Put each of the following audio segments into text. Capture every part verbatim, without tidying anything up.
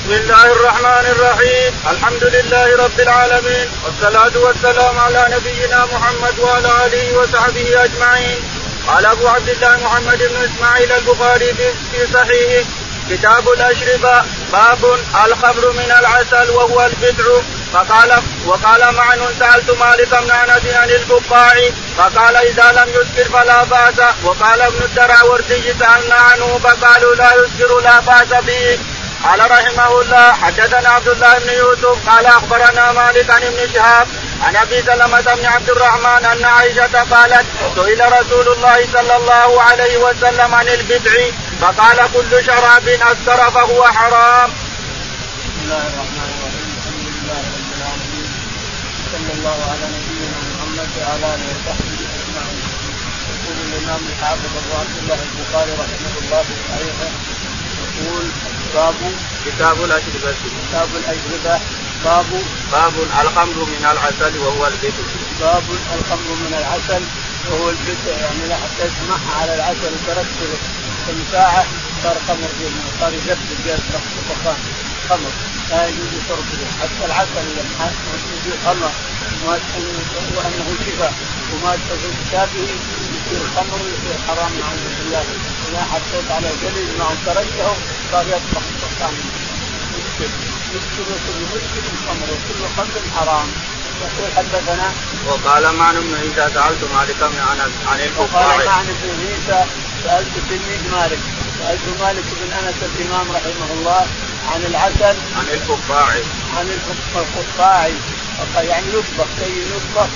بسم الله الرحمن الرحيم. الحمد لله رب العالمين، والصلاة والسلام على نبينا محمد وعلى آله وصحبه أجمعين. قال أبو عبد الله محمد بن إسماعيل البخاري في صحيحه كتاب الأشربة باب الخمر من العسل وهو البدع. فقال وقال معن سألت مالك بن أنس عن البقاع فقال إذا لم يسكر فلا بأس. وقال ابن الدراوردي سألنا عنه فقالوا لا يسكر لا بأس به. قال رحمه الله حدثنا عبد الله بن يوسف قال أخبرنا مالك عن ابن شهاب عن أبي سلمة بن عبد الرحمن أن عائشة قالت سئل رسول الله صلى الله عليه وسلم عن البدع فقال كل شراب أسكر فهو حرام. بسم الله الرحمن الرحيم. الحمد لله رب العالمين، صلى الله على نبينا محمد وعلى آله وصحبه أجمعين. يقول الإمام الحافظ أبو عبد الله البخاري رحمه الله في صحيحه يقول باب كتاب الأشربة كتاب الأشربة باب باب الخمر من العسل وهو البدع. باب الخمر من العسل وهو البدع، يعني لا تسمح على العسل وتركته كم ساعة صار خمر فيه، صار يجدد يصبح فقان خمر لا يجوز شربه. حتى العسل لما يجوز خمر وأنه شفاء وما في كتابه يصير خمر ويصير حرام نعوذ بالله. إذا حطيت على جلد ما تركته صار يصبح فقان مسكر مسكر وكل مسكر خمر وكل خمر حرام. يقول حدثنا وقال معن بن عيسى سألت مالك بن أنس عن البقاع. وقال معن بن عيسى سألت تلميذ مالك سألت مالك بن أنس الإمام رحمه الله عن العسل عن البقاع عن البقاع يعني يطبخ شيء يطبخ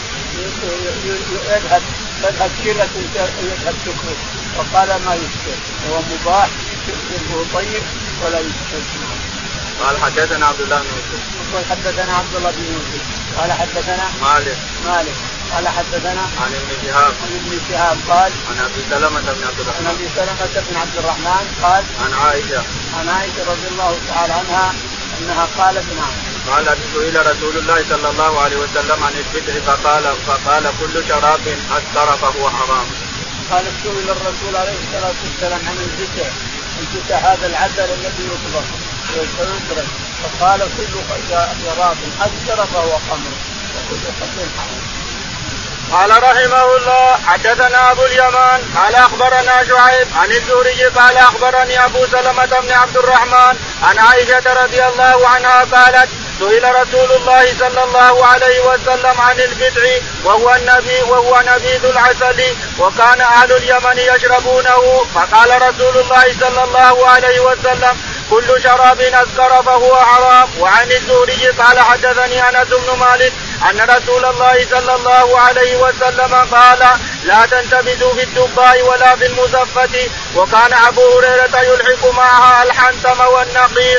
يذهب تذهب كلة يذهب سكره. وقال ما يسكر هو مباح شربه طيب ولا يسكر. قال حدثنا عبد الله بن يوسف يقول حدثنا عبد الله بن يوسف قال حدثنا مالك مالك قال حدثنا عن ابن شهاب عن ابن شهاب قال عن ابي سلمة بن عبد عن الرحمن ابي سلمة بن عبد الرحمن قال عن عائشة عن عائشة رضي الله تعالى عنها انها قالت نعم قال سئل رسول الله صلى الله عليه وسلم عن البدع فقال فقال كل شراب أسكر فهو حرام. قال سئل الرسول عليه الصلاة والسلام عن البدع البدع هذا العسل الذي يطبخ ويترك فقال كل شراب أسكر فهو خمر وكل خمر حرام. قال رحمه الله حدثنا أبو اليمان قال أخبرنا شعيب عن الزهري قال أخبرني أبو سلمة بن عبد الرحمن عن عائشة رضي الله عنها قالت سئل رسول الله صلى الله عليه وسلم عن البدع وهو النبي وهو نبيذ العسل وكان أهل اليمن يشربونه فقال رسول الله صلى الله عليه وسلم كل شراب أسكر فهو حرام. وعن الزهري قال حدثني أنس بن مالك أن رسول الله صلى الله عليه وسلم قال لا تنتبذوا في الدباء ولا في المزفة. وكان أبو هريرة يلحق معها الحنتم والنقير.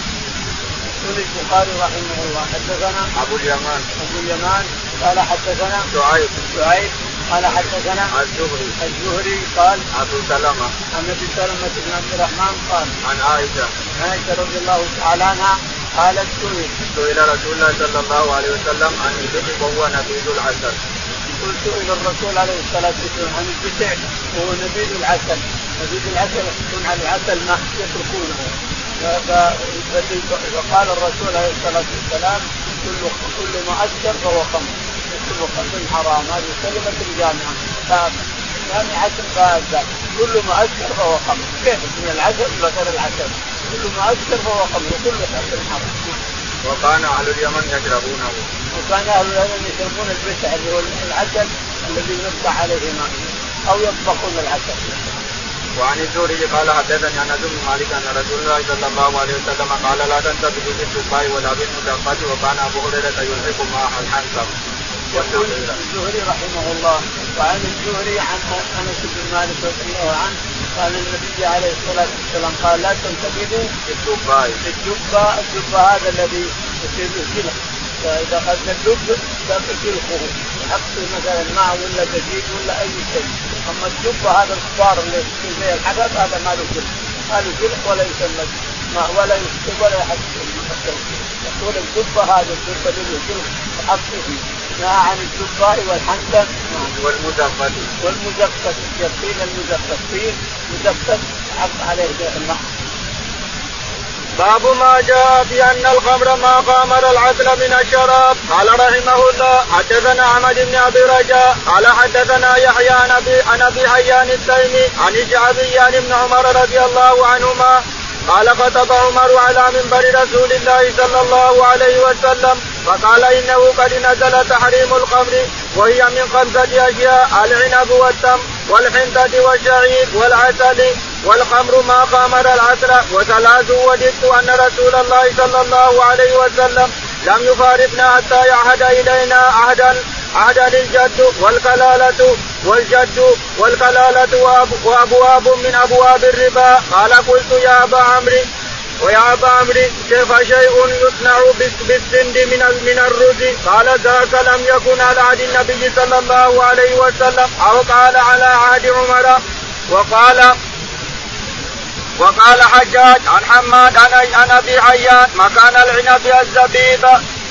يقول البخاري رحمه الله حدثنا أبو اليمان أبو اليمان قال حدثنا شعيب شعيب قال حدثنا الزهري الزهري قال أبو سلمة عن أبي سلمة بن عبد الرحمن قال عن عائشة عائشة رضي الله تعالى عنها قالت سئل سئل رسول الله صلى الله عليه وسلم عن البدع وهو نبيذ العسل. يقول سئل الرسول عليه الصلاة والسلام عن البدع وهو نبيذ العسل. نبيذ العسل يحطون على العسل ما يتركونه. فقال الرسول عليه الصلاة والسلام كل كل ما أسكر فهو خمر وكل خمر حرام. هذه كلمة الجامعة جامعة فاسدة. كل ما أسكر فهو خمر. كيف من العسل إلى غير العسل كل ما أسكر فهو خمر وكل خمر حرام. وكان أهل اليمن يشربونه وكان أهل اليمن يشربون البدع اللي هو العسل الذي ينبع عليه ماء أو يطبخون العسل. وعن الزهري قال حدثني انس بن مالك ان رسول الله صلى الله عليه وسلم قال لا تنتبذوا في الدباء ولا بالمزفة وكان ابو هريرة يلحق معها الحنتم. يقول الزهري رحمه الله وعن الزهري عن انس بن مالك رضي الله عنه قال النبي عليه الصلاة والسلام قال لا تنتبذوا في الدباء الدباء الدباء هذا الذي يصير الجلح. فإذا أخذنا الدب لا تجلخه يحط مثلا ماء ولا دقيق ولا أي شيء. أما الدب هذا الكبار اللي زي الحبب هذا ما له جلخ ما له جلخ ولا يسمى ماء ولا يكتب ولا يحط. يقول الدب هذا الدب اللي له جلخ يحط فيه. نهى عن الدباء والحنتم والمزفة والمزفة يقين المزفة فيه مزفة يحط عليه الماء. باب ما جاء في أن الخمر ما قامر العقل من الشراب. قال رحمه الله حدثنا أحمد بن أبي رجاء قال حدثنا يحيى عن أبي حيان التيمي عن الشعبي بن عمر رضي الله عنهما قال خطب عمر على منبر رسول الله صلى الله عليه وسلم فقال إنه قد نزل تحريم الخمر وهي من خمسة أشياء العنب والتمر والحنطة والشعير والعسل والخمر ما خامر العسل وثلاث وددت أن رسول الله صلى الله عليه وسلم لم يفارقنا حتى يعهد إلينا عهدا عهدا الجد والكلالة والجد والكلالة وأبواب من أبواب الربا. قال قلت يا أبا عمرو ويا أبا عمرو كيف شيء يصنع بالسند من من الرز؟ قال ذاك لم يكن على عهد النبي صلى الله عليه وسلم أو قال على عهد عمر. وقال وقال حجاج عن حماد عن أبي حيان مكان العنب الزبيب.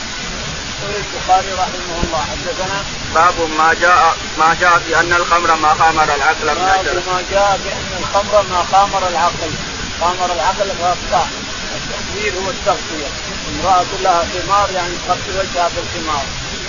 البخاري رحمه الله حدثنا باب ما جاء ما جاء في أن الخمر ما خامر العقل من الشراب. ما جاء بأن الخمر ما خامر العقل خامر العقل غطاء التخدير هو التغطية. امرأة لها خمار يعني تغطي وجهها بالخمار.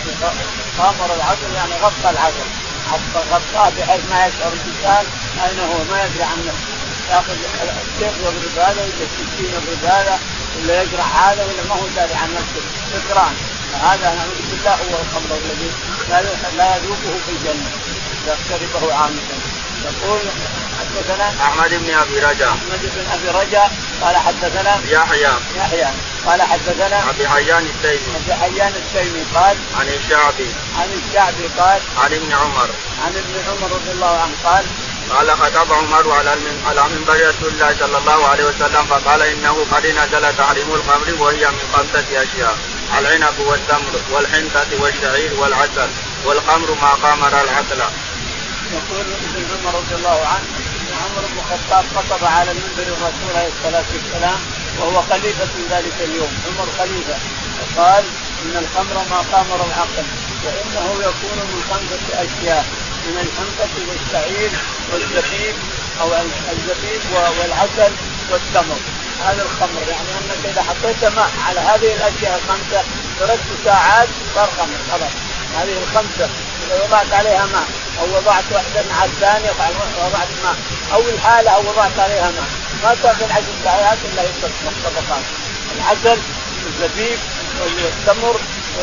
خامر العقل يعني غطى العقل غطاه بحيث ما يشعر الإنسان أين هو ما يدري عن نفسه. يأخذ السيف يضرب هذا ولا السكين يضرب هذا ولا يجرح هذا ولا ما هو داري عن نفسه فكران. هذا نعوذ بالله هو الخمر الذي لا يذوقه في الجنة يقتربه عامة. يقول حدثنا أحمد بن أبي رجاء أحمد بن أبي رجاء قال حدثنا يحيى يحيى قال حدثنا أبي حيان التيمي أبي حيان التيمي قال عن الشعبي عن الشعبي قال عن ابن عمر عن ابن عمر رضي الله عنه قال قال خطب عمر على على منبر رسول الله صلى الله عليه وسلم فقال إنه قد نزل تحريم الخمر وهي من خمسة أشياء العنب والتمر والحنطة والشعير والعسل والخمر ما خامر العقل. يقول ابن عمر رضي الله عنه ان عمر بن الخطاب خطب على منبر الرسول عليه الصلاه والسلام وهو خليفه ذلك اليوم. عمر خليفه وقال ان الخمر ما خامر العقل وانه يكون من خمسه اشياء من الحنطه والشعير والزبيب او الزبيب والعسل والتمر. هذا الخمر يعني انك اذا حطيت ماء على هذه الاشياء الخمسه ثلاث ساعات صار خمر خلاص. هذه الخمسه اذا وضعت عليها ماء او وضعت واحده مع الثانيه وضعت ماء او الحاله او وضعت عليها ماء ما تاخذ عشر ساعات الا يصبح طبقات. العسل والزبيب والتمر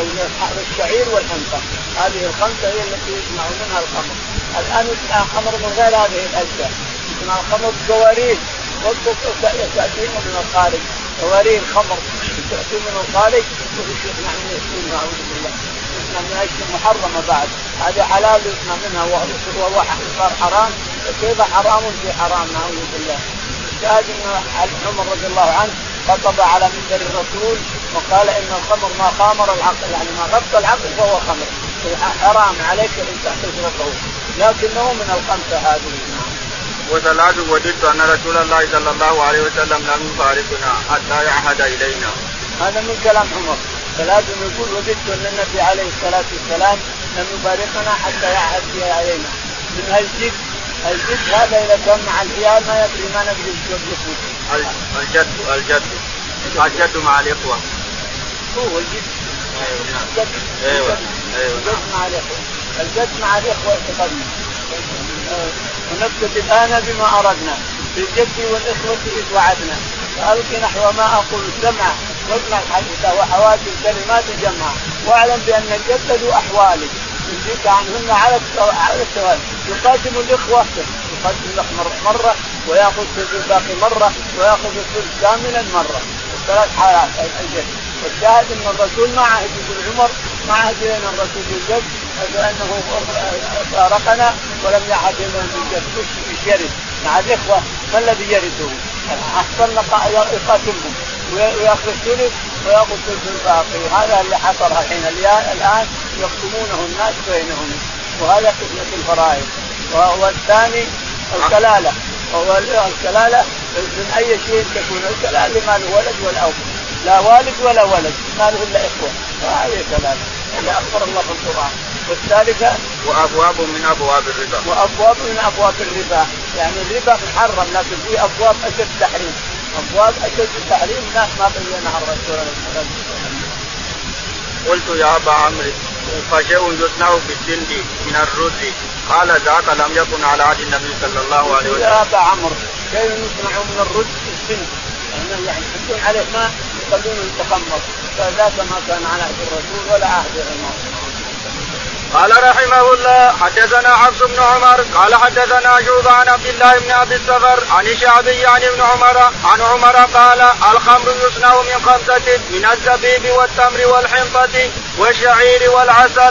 والشعير والحنطه هذه الخمسه هي التي يصنع منها الخمر. الان يصنع خمر من غير هذه الاشياء يصنع خمر قوارير يأتين من الخارج قوارير خمر تأتي من الخارج ويصنع من يسمون نعوذ بالله يصنع من أشياء محرمة بعد هذا حلال يصنع منها وهو صار حرام وكيف حرام في حرام نعوذ بالله. الشاهد أن عمر رضي الله عنه خطب على منبر الرسول وقال إن الخمر ما خامر العقل يعني ما غطى العقل فهو خمر حرام عليك أن تشربه لكنه من الخمسة هذه. وثلاث وددت أن رسول الله صلى الله عليه وسلم لم يفارقنا حتى يعهد إلينا. هذا من كلام عمر. ثلاث يقول وددت أن النبي عليه الصلاة والسلام لم يفارقنا حتى يعهد علينا. من الجد الجد هذا إذا كان مع العيال ما يدري ما ندري يفوت. الجد الجد الجد مع الإخوة هو الجد. أيوة الجد أيوة أيوة الجد مع الإخوة الجد مع الإخوة تقدم. ونبتدئ الآن بما أردنا بالجد والإخوة إذ وعدنا فألقي نحو ما أقول السمع واجمع الحديث وحوادث الكلمات جمع واعلم بأن الجد ذو أحوال يجيك عنهن على على السؤال. يقاتل الإخوة يقاتل الأخ مرة ويأخذ الباقي مرة ويأخذ الثلث كاملا مرة ثلاث حالات الجد. والشاهد أن الرسول ما عهد بن عمر ما عهد لنا الرسول بالجد لأنه فارقنا ولم يعهد لنا بالجد. مش يرث مع الإخوة ما الذي يرثه؟ أحسن يقاتلهم ويأخذ الثلث ويأخذ الثلث الباقي. هذا اللي حصل الحين الآن يقسمونه الناس بينهم وهذا قسمة الفرائض. والثاني الكلالة وهو الكلالة من أي شيء تكون الكلالة ما له ولد ولا أب لا والد ولا ولد ما له إلا إخوة فهذه كلالة اللي أخبر الله في القرآن. والثالثة وأبواب من أبواب الربا وأبواب من أبواب الربا يعني الربا محرم لكن في أبواب أشد تحريم ابواب اشد التحريم ما ما بينها الرسول عليه الصلاه والسلام. قلت يا ابا عمرو فشيء يصنع بالجلد من الرز قال ذاك لم يكن على عهد النبي صلى الله عليه وسلم. يا ابا عمرو شيء يصنع من الرز بالجلد يعني يعني يحطون عليه ماء يخلونه يتخمر فذاك ما كان على عهد الرسول ولا عهد عمر. قال رحمه الله حدثنا حفص بن عمر قال حدثنا شعبة عن عبد الله بن ابي الصفر عن الشعبي عن ابن عمر عن عمر قال الخمر يصنع من خمسة من الزبيب والتمر والحنطة والشعير والعسل.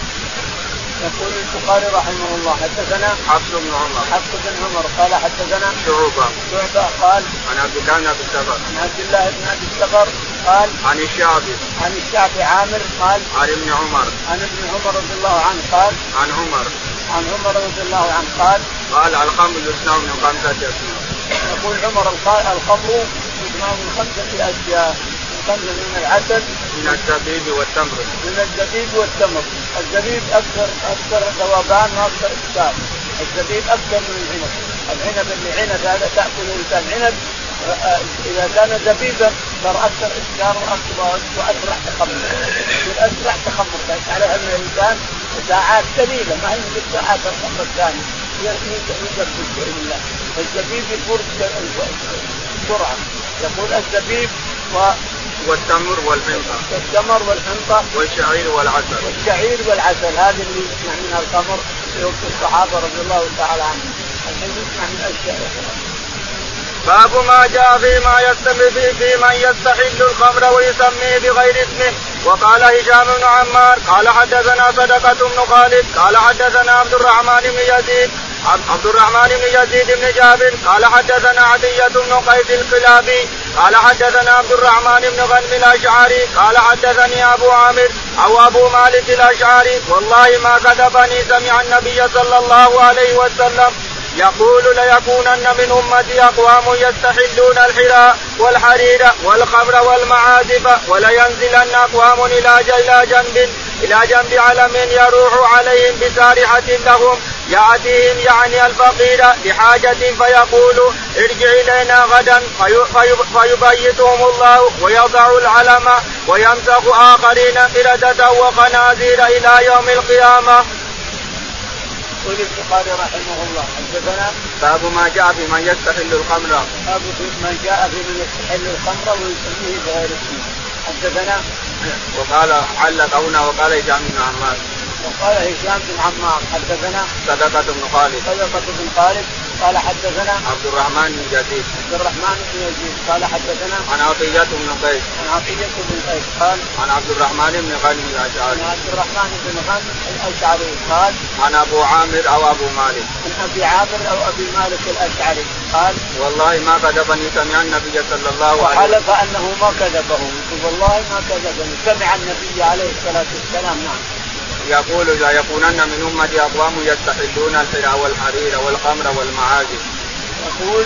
يقول البخاري رحمه الله حدثنا حفص بن عمر حفص بن عمر قال حدثنا شعبة شعبة قال عن عبد الله بن ابي الصفر عن عبد الله بن ابي الصفر قال عن الشعبي عن الشعبي عامر قال عن ابن عمر عن ابن عمر رضي الله عنه قال عن عمر عن عمر رضي الله عنه قال قال الخمر يصنع من خمسة أشياء. يقول عمر الخمر يصنع من خمسة أشياء خمسة من العسل من الزبيب والتمر من الزبيب والتمر. الزبيب أكثر أكثر ذوبان وأكثر إسكار. الزبيب أكثر من العنب. العنب اللي عنب هذا تأكل الإنسان عنب إذا كان زبيبا صار أكثر إسكار وأكثر وأسرع تخمر. أسرع تخمر عليها من الإنسان ساعات قليلة ما هي من ساعات الخمر الثاني يقدر بإذن الله. الزبيب يفور بسرعة. يقول الزبيب و والتمر والحنطة والتمر والحنطة والشعير والعسل والشعير والعسل هذه اللي يسمع منها الخمر في وقت الصحابة رضي الله تعالى عنهم. الحين يسمع من أشياء. باب ما جاء فيما يستمر في من يستحل الخمر ويسميه بغير اسمه. وقال هشام بن عمار قال حدثنا صدقة بن خالد قال حدثنا عبد الرحمن بن يزيد عبد الرحمن بن يزيد بن جابر قال حدثنا عطية بن قيس الكلابي قال حدثنا عبد الرحمن بن غنم الأشعري قال حدثني أبو عامر أو أبو مالك الأشعري والله ما كذبني سمع النبي صلى الله عليه وسلم يقول ليكونن من أمتي أقوام يستحلون الحراء والحرير والخمر والمعازف ولينزلن أقوام إلى جنب إلى جنب علم يروح عليهم بسارحة لهم يأتيهم يعني الفقير لحاجة فيقول ارجع إلينا غدا فيبيتهم الله ويضع العلم ويمسخ آخرين قردة وخنازير إلى يوم القيامة. يقول البخاري رحمه الله حدثنا باب ما جاء في من يستحل الخمر. باب من جاء في من يستحل الخمر ويسميه بغير اسمه. حدثنا وقال علق هنا وقال هشام بن عمار وقال هشام بن عمار حدثنا صدقة بن خالد صدقة بن خالد قال حدثنا عبد الرحمن بن يزيد عبد الرحمن بن يزيد قال حدثنا عن عطية بن قيس عن عطية بن قيس قال عن عبد الرحمن بن غنم الأشعري عن عبد الرحمن بن غنم الأشعري قال عن أبو عامر أو أبو مالك عن أبي عامر أو أبي مالك الأشعري قال والله ما كذبني سمع النبي صلى الله عليه وسلم وحلف أنه ما كذبه والله ما كذبني سمع النبي عليه الصلاة والسلام. نعم. يقول لا يكونن من أمتي أقوام يستحلون الحراء والحرير والخمر والمعازف. يقول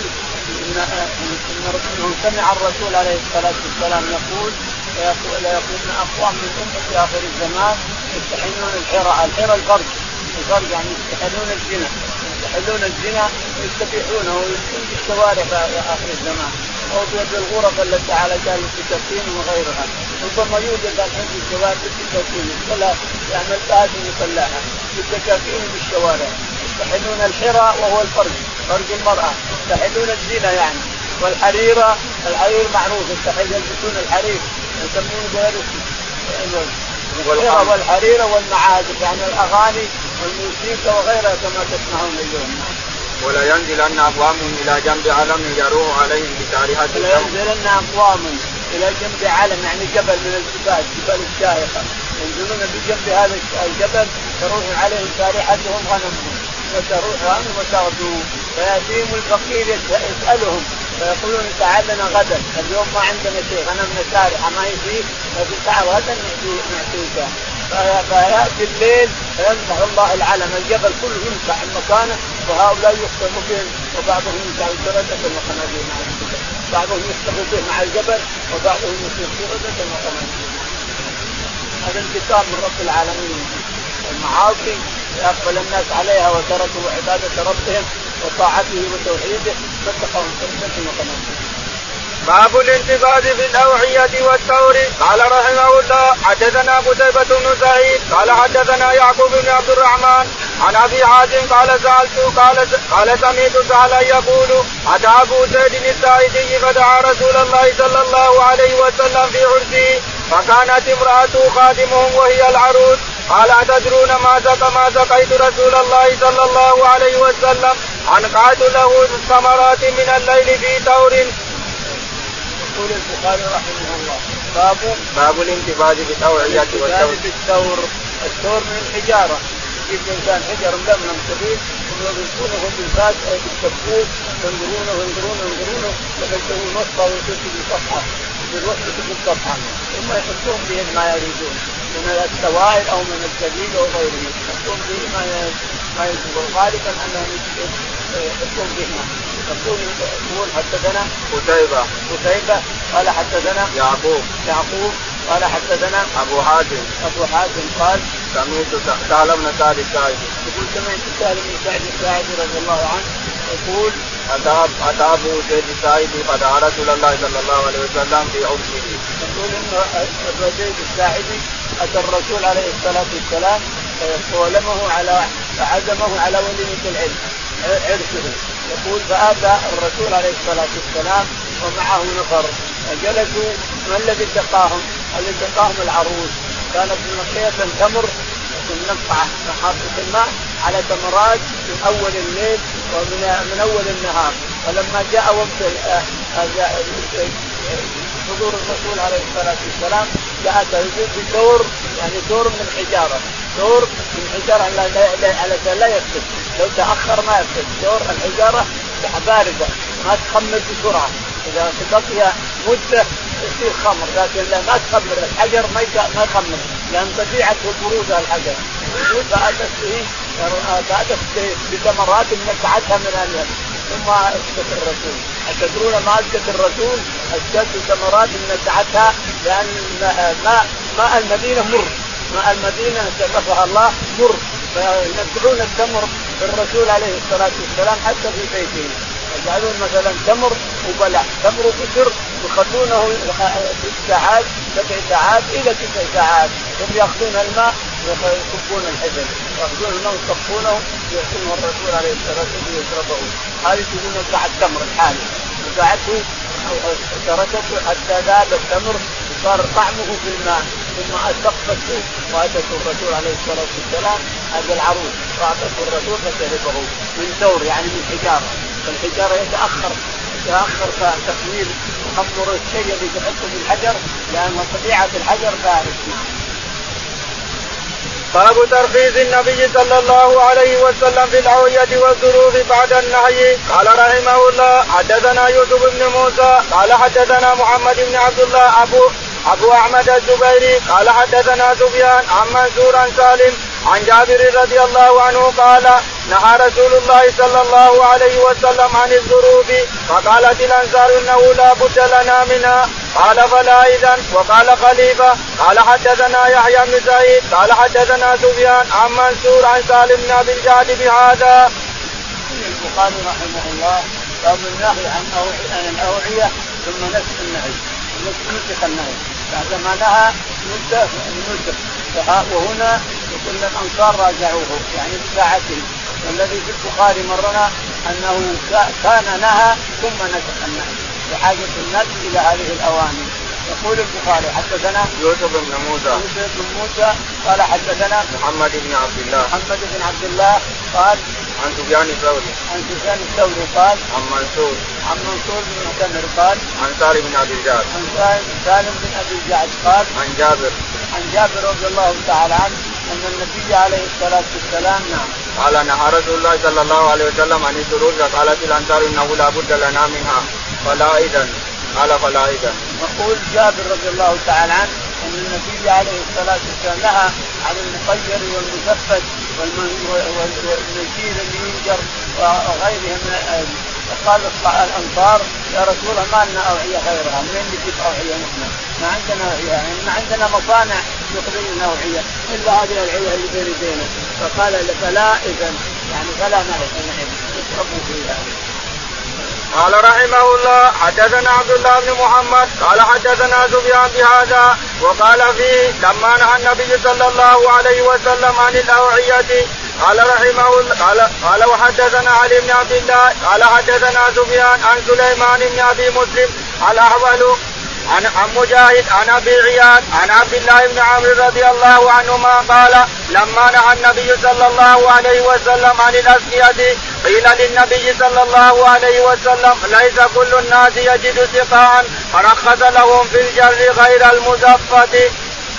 إنه سمع الرسول عليه الصلاة والسلام يقول لا يكون أقوام من أمة آخر الزمان يستحلون الحراء. الحراء الغرب الغرب يعني يستحلون الزنا يستحلون الزنا ويستبيحونه ويسكن في الشوارع في آخر الزمان أو في الغرف التي على جال التكفين وغيرها. ربما يوجد الحين في الشوارع التكفين ولا يعمل قاعدة مسلحة التكفين في الشوارع يستحلون الحراء وهو الفرج فرج المرأة يستحلون الزنا يعني. والحريرة الحرير معروف يستحل يلبسون الحرير يسمونه غير الحريرة والحريرة والمعازف يعني الأغاني والموسيقى وغيرها كما تسمعون اليوم. ولا ينزلن أقوام إلى جنب علم يروح عليهم بسارحة ولا ينزلن أقوام إلى جنب علم يعني جبل من الجبال جبال الشاهقة ينزلون بجنب هذا الجبل تروح عليهم سارحتهم غنمهم وتروح عنهم وتغدو فيأتيهم الفقير يسألهم فيقولون تعال لنا غدا اليوم ما عندنا شيء غنمنا سارحة ما يجي فقل تعال غدا نعطيك. فيأتي الليل فيمسح الله العلم الجبل كله يمسح مكانه وهؤلاء يختم بهم وبعضهم يمسح الكردة وخنازير مع الجبل بعضهم يختم به مع الجبل وبعضهم يمسح الكردة وخنازير. هذا انتقام من رب العالمين. المعاصي يقبل الناس عليها وتركوا عبادة ربهم وطاعته وتوحيده فاتقوا كردة وخنازير. باب الانتباذ في الأوعية والثور. قال رحمه الله حدثنا قتيبة بن سعيد قال حدثنا يعقوب بن عبد الرحمن عن أبي حازم قال سألت قال قال سمعت سهلا يقول أتى أبو زيد الساعدي فدعا رسول الله صلى الله عليه وسلم في عرسه فكانت امرأته خادمهم وهي العروس. قال أتدرون ما سقى ما سقيت رسول الله صلى الله عليه وسلم أنقعت له الثمرات من الليل في ثور. يقول البخاري رحمه الله باب باب الانتباذ بالأوعية والثور. بالثور الثور من الحجارة يجيب الإنسان حجر ململم كبير ويلقونه بالفاس أو بالكبوت ينظرونه ينظرونه ينظرونه يحطون نصفه ويكتب الصفحة بالوسط بالصفحة ثم يحطون به ما يريدون من السوائل أو من الجليد أو غيره يحطون به ما ما يجب غالبا أنهم يحطون به. يقول يقول حدثنا قتيبة قتيبة قال حدثنا يعقوب يعقوب قال حدثنا أبو حازم أبو حازم قال سمعت سهل بن سعد الساعدي يقول سمعت سهل بن سعد الساعدي رضي الله عنه يقول أتى أبو زيد الساعدي فدعا رسول الله صلى الله عليه وسلم في عرسه. يقول إن أبو زيد الساعدي أتى الرسول عليه الصلاة والسلام فولمه على فعزمه على وليمة العلم عرسه. يقول فأتى الرسول عليه الصلاة والسلام ومعه نفر فجلسوا. ما الذي سقاهم؟ الذي سقاهم العروس كانت منقية تمر منقعة حاطة الماء على تمرات من أول الليل ومن من أول النهار. ولما جاء وقت حضور الرسول عليه الصلاة والسلام جاءت بدور يعني دور من الحجارة دور من الحجارة على لا يكتب لو تأخر ما يكتب دور الحجارة باردة ما تخمر بسرعة إذا بقي مدة يصير خمر لكن لا ما تخمر الحجر ما ما يخمر لأن طبيعته البرودة الحجر. فأتت به فأتت بثمرات نفعتها من اليم ثم أسكت الرسول. أتدرون ما أسكت الرسول؟ أسكت ثمرات نفعتها لأن ماء ماء المدينة مر ماء المدينة سقفها الله مر فينزعون التمر بالرسول عليه الصلاة والسلام حتى في بيته يجعلون مثلا تمر وبلع تمر وبشر يخلونه ست ساعات سبع ساعات إلى تسع ساعات ثم يأخذون الماء ويصبون الحجر يأخذون الماء ويصبونه يأخذونه الرسول عليه الصلاة والسلام يشربه. هذه تقولون ساعة التمر الحالي وساعته تركته حتى ذاب التمر وصار طعمه في الماء ثم أسقفته وأتته الرسول عليه الصلاة والسلام هذا العروس وأعطته الرسول فشربه من ثور يعني من حجارة. فالحجارة يتأخر يتأخر تخمير وخمر الشيء اللي تحطه في الحجر لأن طبيعة الحجر بارد. باب ترخيص النبي صلى الله عليه وسلم في الأوعية والظروف بعد النهي. قال رحمه الله حدثنا يوسف بن موسى قال حدثنا محمد بن عبد الله أبو أبو أحمد الزبيري قال حدثنا سفيان عن منصور عن سالم عن جابر رضي الله عنه قال نهى رسول الله صلى الله عليه وسلم عن الظروف فقالت الأنصار إنه لا بد لنا منها قال فلا إذن. وقال خليفة قال حدثنا يحيى بن سعيد قال حدثنا سفيان عن منصور عن سالم بن أبي الجعد بهذا. البخاري رحمه الله باب النهي عن الأوعية ثم نسخ النهي نسخ النهي بعدما نهى نسخ النسخ وهنا يقول الأنصار راجعوه يعني بساعته. والذي في البخاري مرنا أنه كان نهى ثم نسخ النهي بحاجة الناس إلى هذه الأوامر. يقول البخاري حدثنا يوسف بن موسى يوسف بن موسى قال حدثنا محمد بن عبد الله محمد بن عبد الله قال عن سفيان الثوري عن سفيان الثوري قال عن منصور عن منصور بن معتمر قال عن سالم بن أبي الجعد عن سالم بن أبي الجعد قال عن جابر عن جابر رضي الله تعالى عنه أن النبي عليه الصلاة والسلام نعم قال نهى رسول الله صلى الله عليه وسلم عن السرور فقالت الأنصار إنه لا بد لنا منها فلا إذن قال فلا إذن. يقول جابر رضي الله تعالى عنه أن النبي عليه الصلاة والسلام نهى عن المقير والمثبت والنجير اللي ينجر وغيرها من. فقال الأنصار يا رسول الله ما لنا أوعية غيرها من نجيب أوعية نحن ما عندنا أوعية يعني ما عندنا مصانع يخرج لنا أوعية إلا هذه الأوعية اللي بين يدينا. فقال فلا إذن يعني فلا نعرف نعرف نشربوا فيها. قال رحمه الله حدثنا عبد الله بن محمد قال حدثنا سفيان بهذا وقال فيه لما نهى النبي صلى الله عليه وسلم عن الأوعية. قال رحمه الله قال, قال وحدثنا علي بن عبد الله قال حدثنا سفيان عن سليمان بن أبي مسلم الأحول عن عن مجاهد عن ابي عياض عن عبد الله بن عمرو رضي الله عنهما قال لما نهى النبي صلى الله عليه وسلم عن الاسقية قيل للنبي صلى الله عليه وسلم ليس كل الناس يجد سقاء فرخص لهم في الجر غير المزفة.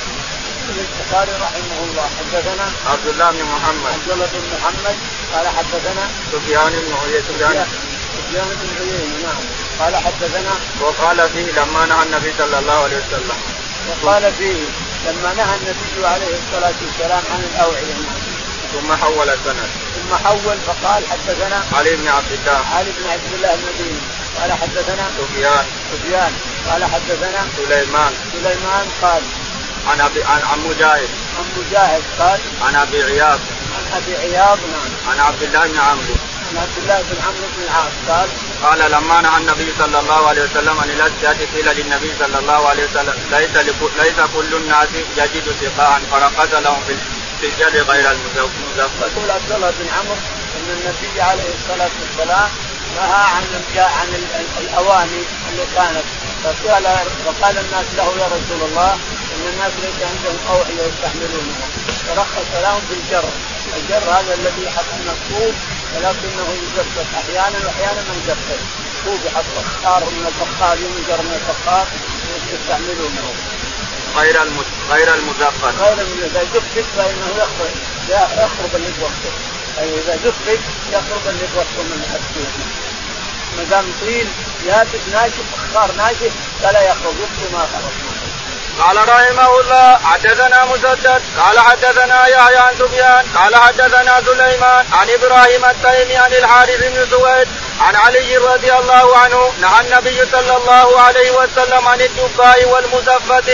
البخاري رحمه الله حدثنا عبد الله بن محمد عبد الله بن محمد قال حدثنا سفيان بن عيينة سفيان بن عيينة نعم قال حدثنا وقال فيه لما نهى النبي صلى الله عليه وسلم وقال فيه لما نهى النبي عليه الصلاة والسلام عن الأوعية ثم حول السند ثم حول فقال حدثنا علي بن عبد الله علي بن عبد الله المديني قال حدثنا سفيان سفيان قال حدثنا سليمان سليمان قال عن أبي عن, عن مجاهد عن مجاهد قال عن أبي عياض عن أبي عياض نعم عن عبد الله بن عمرو عن عبد الله بن عمرو بن العاص قال قال لما نهى النبي صلى الله عليه وسلم عن الأسقية قيل للنبي صلى الله عليه وسلم ليس ليس كل الناس يجد سقاء فرخص لهم في الجر غير المزفة. يقول عبد الله بن عمرو أن النبي عليه الصلاة والسلام نهى عن عن الأواني اللي كانت فقال فقال الناس له يا رسول الله إن الناس ليس عندهم أوعية يستحملونها فرخص لهم في الجر. الجر هذا الذي يحط المكتوب ولكنه يزفت أحيانا وأحيانا ما يزفت هو بحط فخار من الفخار ينجر من الفخار يستعملونه غير غير المزفت غير من إذا زفت فإنه يخرج يخرج اللي وقته أي إذا زفت يخرج اللي وقته من الأسفل ما دام طين يابس ناشف فخار ناشف فلا يخرج وقته ما خرج. قال رحمه الله حدثنا مسدد قال حدثنا يحيى عن سفيان قال حدثنا سليمان عن ابراهيم التيمي عن الحارث بن سويد عن علي رضي الله عنه نهى النبي صلى الله عليه وسلم عن الدباء والمزفة.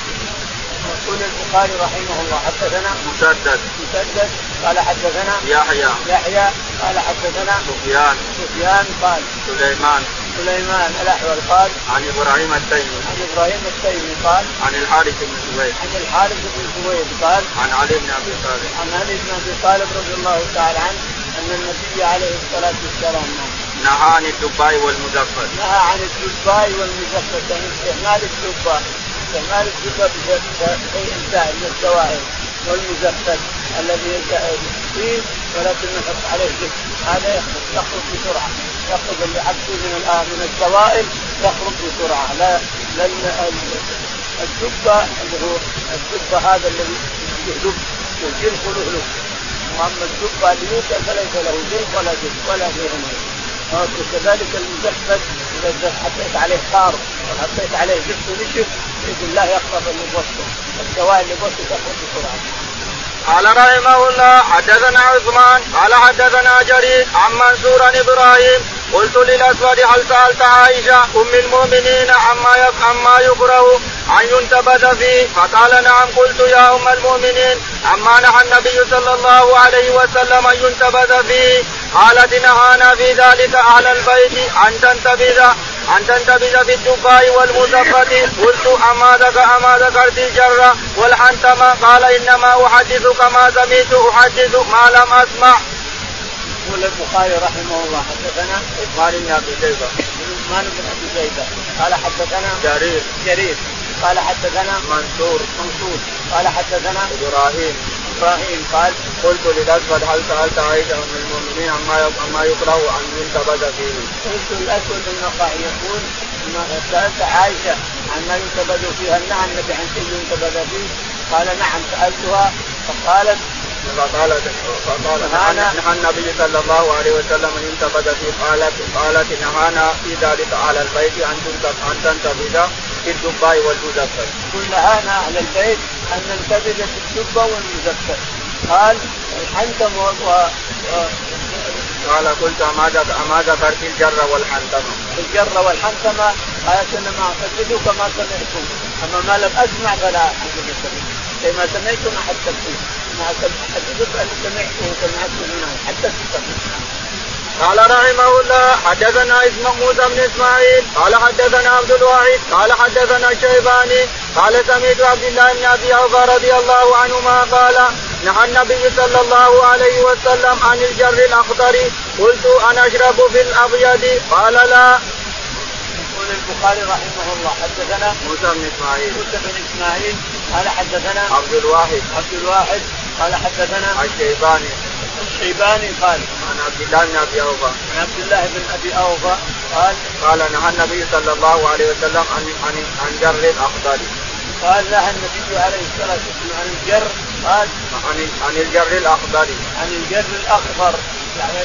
يقول البخاري رحمه الله حدثنا مسدد مسدد قال حدثنا يحيى يحيى قال حدثنا سفيان سفيان قال سليمان سليمان الأحول قال عن ابراهيم التيمي عن ابراهيم التيمي قال عن الحارث بن سويد عن الحارث بن سويد قال عن علي بن ابي طالب عن علي بن ابي طالب رضي الله تعالى عنه ان النبي عليه الصلاه والسلام نهى عن الدباء والمزفت نهى عن الدباء والمزفت يعني استعمال الدباء استعمال الدباء بشيء سائل من السوائل والمزفت الذي فيه ولكن نحط عليه جسم هذا يخرج يخرج بسرعه يخرج اللي حطه من الآن من السوائل يخرج بسرعه لا لان الدبه اللي هو الدبه هذا الذي يدب والجلد له له واما الدبه اللي يوكل فليس له جلد ولا جلد ولا غيره. وكذلك المزفت اذا حطيت عليه خار وحطيت عليه جلد ونشف باذن الله يخرج من وسطه السوائل اللي وسطه تخرج بسرعه. قال رحمه الله حدثنا عثمان قال حدثنا جرير عن منصور عن ابراهيم قلت للاسود هل سالت عائشه ام المؤمنين عما عما يكره ان ينتبذ فيه فقال نعم. قلت يا ام المؤمنين عما نهى النبي صلى الله عليه وسلم ان ينتبذ فيه قالت نهانا في ذلك اهل البيت ان تنتبذ أن تنتبذ بالدباء والمزفة. قلت أما ذك أما ذكرت الجر والحنتم قال إنما أحدثك ما سمعت أحدث ما لم أسمع. يقول البخاري رحمه الله حدثنا عثمان بن أبي شيبة عثمان بن أبي شيبة قال حدثنا جرير جرير قال حدثنا منصور منصور قال حدثنا إبراهيم إبراهيم قال قلت للأسود هل سألت عائشة أم المؤمنين عما عما يكره أن ينتبذ فيه. قلت الأسود النقعي يقول سألت عائشة عما ينتبذ فيها نهى النبي عن شيء ينتبذ فيه قال نعم سألتها فقالت فقالت فقالت نهى النبي صلى الله عليه وسلم ان ينتبذ فيه قالت قالت نهانا في ذلك على البيت ان تنتبذ في الدباء والمزفت. قل نهانا على البيت ان ننتبذ في الدباء والمزفت. قال الحنتم و قال قلت ما ذكرت الجر والحنتم الجر والحنتم قالت انما احدثك ما سمعتم اما ما لم اسمع فلا احدثكم كما سمعتم احدثكم ما احدثك ان سمعته وسمعته منه حدثتكم. قال رحمه الله حدثنا اسمه موسى بن اسماعيل قال حدثنا عبد الواحد قال حدثنا الشيباني قال سمعت عبد الله بن ابي اوفى رضي الله عنهما قال نهى النبي صلى الله عليه وسلم عن الجر الاخضر قلت انا اشرب في الابيض قال لا. يقول البخاري رحمه الله حدثنا موسى بن اسماعيل موسى بن اسماعيل قال حدثنا عبد الواحد عبد الواحد قال حدثنا الشيباني الشيباني قال عن عبد الله بن ابي اوفى عن عبد الله بن ابي اوفى قال قال نهى النبي صلى الله عليه وسلم عن عن عن جر الاخضر قال نهى النبي عليه الصلاه والسلام عن الجر قال عن عن الجر الاخضر عن الجر الاخضر يعني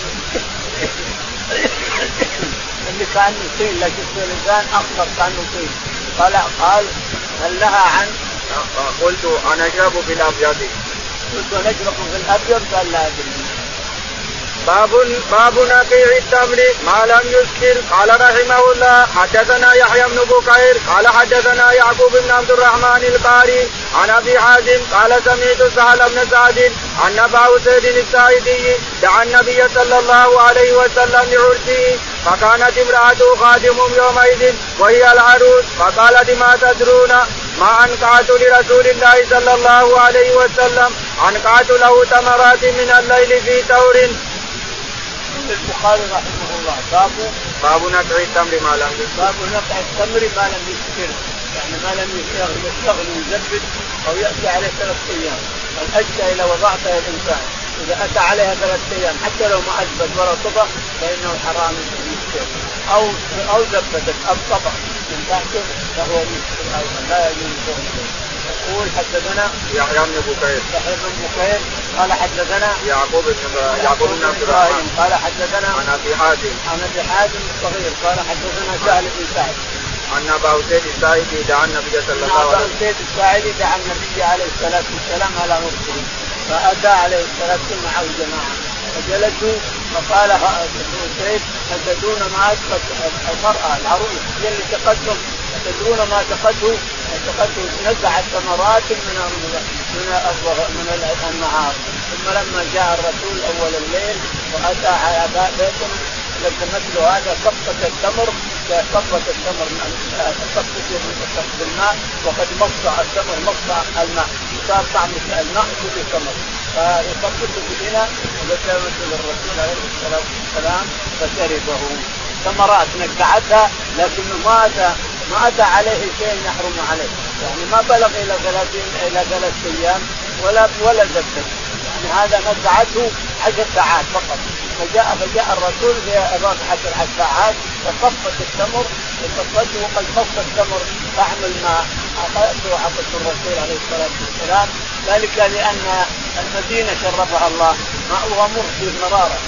اللي كانه طين لكن الانسان اخضر كانه طين. قال قال هل لها عن قلت انا اشرب في الابيض قلت نشرب في الابيض قال لا ادري. باب باب نقيع التمر ما لم يسكر. قال رحمه الله حدثنا يحيى بن بكير قال حدثنا يعقوب بن عبد الرحمن القاري عن ابي حازم قال سمعت سهل بن سعد عن ابا سعيد الساعدي دعا النبي صلى الله عليه وسلم لعرسه فكانت امراته خادم يومئذ وهي العروس فقالت ما تدرون ما أنقعت لرسول الله صلى الله عليه وسلم أنقعت له تمرات من الليل في تور. البخاري رحمه الله باب باب نقع التمر ما لم يسكر. باب نقع التمر ما لم يسكر يعني ما لم يشتغل ويزبد أو يأتي عليه ثلاث أيام. الأشياء إلى وضعتها الإنسان إذا أتى عليها ثلاث أيام حتى لو ما أثبت ولا طبق فإنه حرام يسكر أو أو زبدت أو طبق من تحته فهو يسكر أيضا لا يجوز. يقول حدثنا يحيى بن بكير يحيى بن بكير قال حدثنا يعقوب بن يعقوب بن عبد الرحمن قال حدثنا عن ابي حازم عن ابي حازم الصغير قال حدثنا سهل بن سعد أن أبا سعيد الساعدي دعا النبي صلى الله عليه وسلم. أبا سعيد الساعدي دعا النبي عليه الصلاة والسلام على مرسله فأتى عليه الصلاة والسلام معه جماعة فجلسوا فقال أبو سعيد تدرون ما أسقط المرأة العروس هي اللي تقدم تدرون ما سقته سقته نزع الثمرات من من من النهار. ثم لما جاء الرسول أول الليل وأتى على بيتنا قدمت له هذا صفة التمر صفة التمر صفة بالماء وقد مصع التمر مصع الماء صار طعم الماء كل التمر فيصفته بالإناء وقدمته للرسول عليه الصلاة والسلام فشربه. ثمرات نقعتها لكنه ما أتى ما أتى عليه شيء يحرم عليه يعني ما بلغ إلى ثلاثين إلى ثلاث أيام ولا ولا زبدة يعني هذا نقعته عشر ساعات فقط. فجاء فجاء الرسول في أربع عشر ساعات فصفت التمر وصفته وقد صف التمر طعم الماء أخذته وعطته الرسول عليه الصلاة والسلام ذلك لأن المدينة شرفها الله ماءها مرسل مرارة.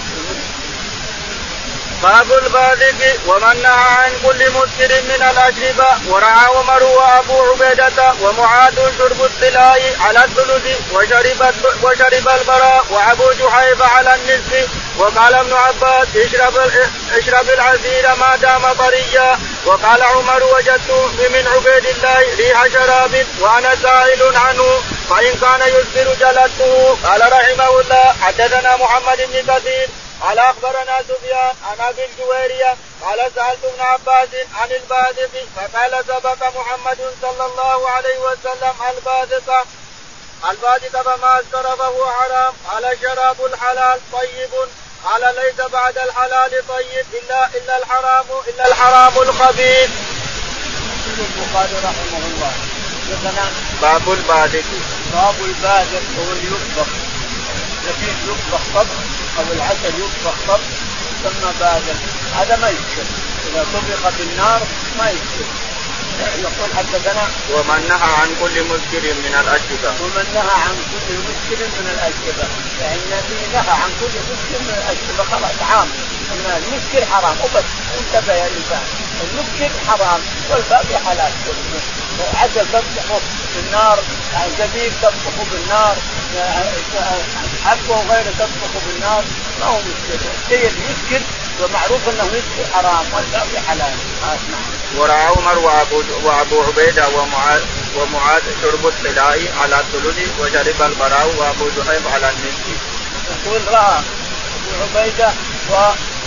باب البادق ومن نهى عن كل مسكر من الأشربة. ورعى عمر وأبو عبيدة ومعاذ شرب الطلاء على الثلث وشرب وشرب البراء وأبو جحيفة على النصف. وقال ابن عباس اشرب اشرب العسير ما دام طريا. وقال عمر وجدت من عبيد الله ريح شراب وأنا سائل عنه فإن كان يسكر جلدته. قال رحمه الله حدثنا محمد بن كثير قال أخبرنا سفيان عن أبي الجويرية قال سألت ابن عباس عن البادق فقال سبق محمد صلى الله عليه وسلم البادق البادق فما أسكر فهو حرام. قال شراب الحلال طيب قال ليس بعد الحلال طيب إلا إلا الحرام إلا الحرام الخبيث. البخاري رحمه الله باب البادق. باب البادق هو اللي يطبخ الزبيب يطبخ طبخ أو العسل يطبخ طبخ ثم بادق هذا ما يسكر إذا طبخ بالنار ما يسكر. يقول حدثنا ومن نهى عن كل مسكر من الأشربة. ومن نهى عن كل مسكر من الأشربة يعني النبي نهى عن كل مسكر من الأشربة خلاص عام أن المسكر حرام وبس انتبه يا إنسان المسكر حرام والباقي حلال. عسل تطبخه بالنار زبيب تطبخه بالنار حبه وغيره تطبخه بالنار ما هو مسكر. الشيء اللي يسكر ومعروف أنه يسكر حرام والباقي حلال. أسمع. ورعى عمر وأبو, وأبو عبيدة ومعاذ, ومعاذ شرب الطلاء على الثلث وشرب البراء وأبو جحيفة على النصف. يقول رأى أبو عبيدة